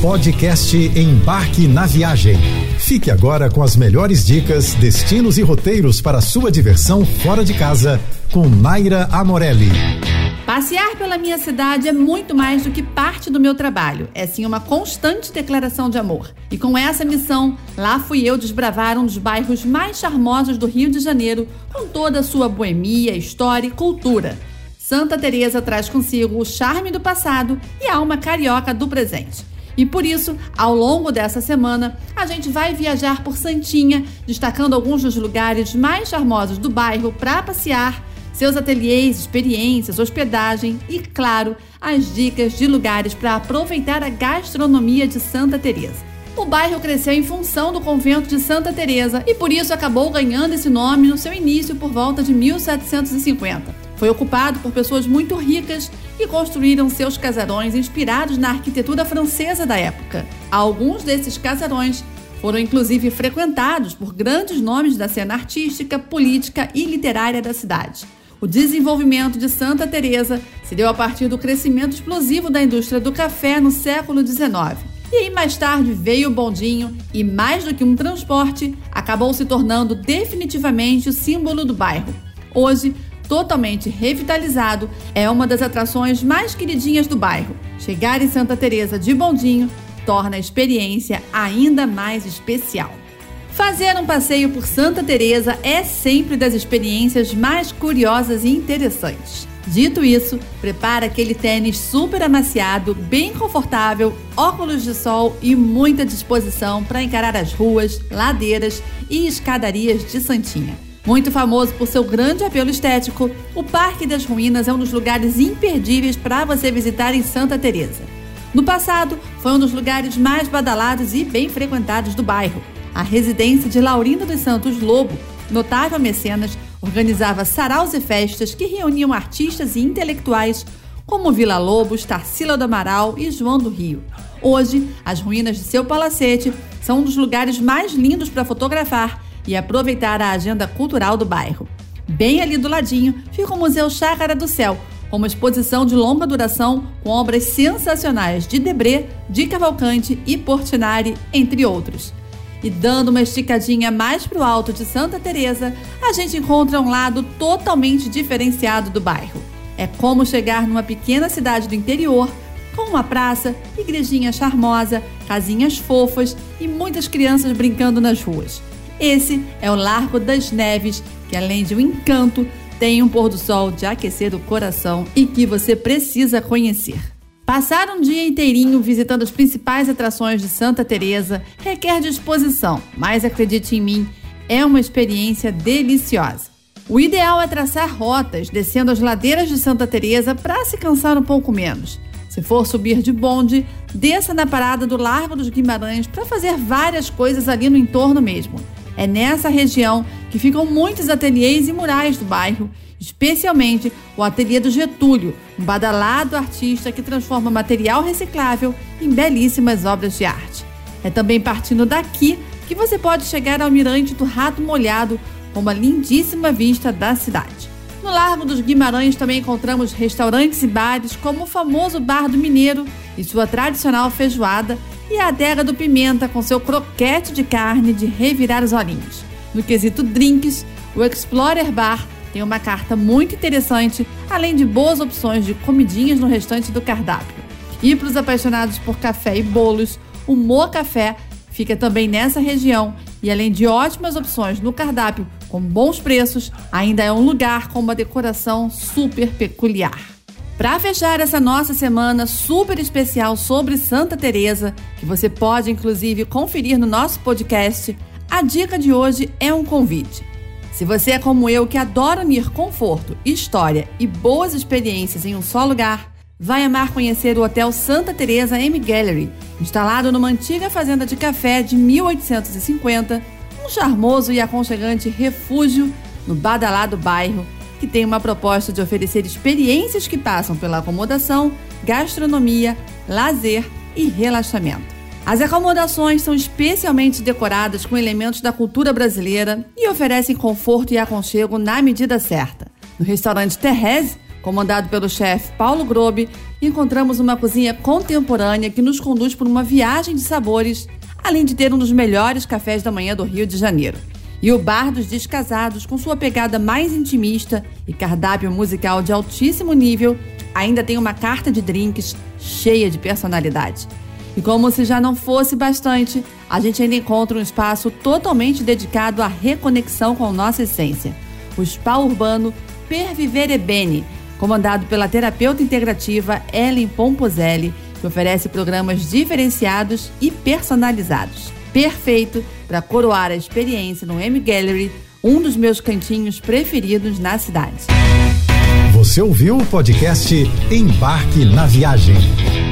Podcast Embarque na Viagem. Fique agora com as melhores dicas, destinos e roteiros para sua diversão fora de casa com Naira Amorelli. Passear pela minha cidade é muito mais do que parte do meu trabalho. É sim uma constante declaração de amor. E com essa missão, lá fui eu desbravar um dos bairros mais charmosos do Rio de Janeiro, com toda a sua boemia, história e cultura. Santa Teresa traz consigo o charme do passado e a alma carioca do presente. E por isso, ao longo dessa semana, a gente vai viajar por Santinha, destacando alguns dos lugares mais charmosos do bairro para passear, seus ateliês, experiências, hospedagem e, claro, as dicas de lugares para aproveitar a gastronomia de Santa Teresa. O bairro cresceu em função do convento de Santa Teresa e por isso acabou ganhando esse nome no seu início por volta de 1750. Foi ocupado por pessoas muito ricas que construíram seus casarões inspirados na arquitetura francesa da época. Alguns desses casarões foram inclusive frequentados por grandes nomes da cena artística, política e literária da cidade. O desenvolvimento de Santa Teresa se deu a partir do crescimento explosivo da indústria do café no século XIX. E aí mais tarde veio o bondinho e, mais do que um transporte, acabou se tornando definitivamente o símbolo do bairro. Hoje, totalmente revitalizado, é uma das atrações mais queridinhas do bairro. Chegar em Santa Teresa de bondinho torna a experiência ainda mais especial. Fazer um passeio por Santa Teresa é sempre das experiências mais curiosas e interessantes. Dito isso, prepara aquele tênis super amaciado, bem confortável, óculos de sol e muita disposição para encarar as ruas, ladeiras e escadarias de Santinha. Muito famoso por seu grande apelo estético, o Parque das Ruínas é um dos lugares imperdíveis para você visitar em Santa Teresa. No passado, foi um dos lugares mais badalados e bem frequentados do bairro. A residência de Laurindo dos Santos Lobo, notável mecenas, organizava saraus e festas que reuniam artistas e intelectuais como Vila Lobos, Tarsila do Amaral e João do Rio. Hoje, as ruínas de seu palacete são um dos lugares mais lindos para fotografar e aproveitar a agenda cultural do bairro. Bem ali do ladinho fica o Museu Chácara do Céu, com uma exposição de longa duração com obras sensacionais de Debré, de Cavalcante e Portinari, entre outros. E dando uma esticadinha mais para o alto de Santa Teresa, a gente encontra um lado totalmente diferenciado do bairro. É como chegar numa pequena cidade do interior, com uma praça, igrejinha charmosa, casinhas fofas e muitas crianças brincando nas ruas. Esse é o Largo das Neves, que além de um encanto, tem um pôr do sol de aquecer o coração e que você precisa conhecer. Passar um dia inteirinho visitando as principais atrações de Santa Teresa requer disposição, mas acredite em mim, é uma experiência deliciosa. O ideal é traçar rotas descendo as ladeiras de Santa Teresa para se cansar um pouco menos. Se for subir de bonde, desça na parada do Largo dos Guimarães para fazer várias coisas ali no entorno mesmo. É nessa região que ficam muitos ateliês e murais do bairro, especialmente o Ateliê do Getúlio, um badalado artista que transforma material reciclável em belíssimas obras de arte. É também partindo daqui que você pode chegar ao Mirante do Rato Molhado, com uma lindíssima vista da cidade. No Largo dos Guimarães também encontramos restaurantes e bares como o famoso Bar do Mineiro e sua tradicional feijoada, e a Adega do Pimenta com seu croquete de carne de revirar os olhinhos. No quesito drinks, o Explorer Bar tem uma carta muito interessante, além de boas opções de comidinhas no restante do cardápio. E para os apaixonados por café e bolos, o Mo Café fica também nessa região e além de ótimas opções no cardápio com bons preços, ainda é um lugar com uma decoração super peculiar. Para fechar essa nossa semana super especial sobre Santa Teresa, que você pode inclusive conferir no nosso podcast, a dica de hoje é um convite. Se você é como eu que adora unir conforto, história e boas experiências em um só lugar, vai amar conhecer o Hotel Santa Teresa M Gallery, instalado numa antiga fazenda de café de 1850, um charmoso e aconchegante refúgio no badalado bairro, que tem uma proposta de oferecer experiências que passam pela acomodação, gastronomia, lazer e relaxamento. As acomodações são especialmente decoradas com elementos da cultura brasileira e oferecem conforto e aconchego na medida certa. No restaurante Thérèse, Comandado pelo chefe Paulo Grobe, encontramos uma cozinha contemporânea que nos conduz por uma viagem de sabores, além de ter um dos melhores cafés da manhã do Rio de Janeiro. E o Bar dos Descasados, com sua pegada mais intimista e cardápio musical de altíssimo nível, ainda tem uma carta de drinks cheia de personalidade. E como se já não fosse bastante, a gente ainda encontra um espaço totalmente dedicado à reconexão com nossa essência. O Spa Urbano Per Vivere Bene, comandado pela terapeuta integrativa Ellen Pomposelli, que oferece programas diferenciados e personalizados. Perfeito para coroar a experiência no M Gallery, um dos meus cantinhos preferidos na cidade. Você ouviu o podcast Embarque na Viagem.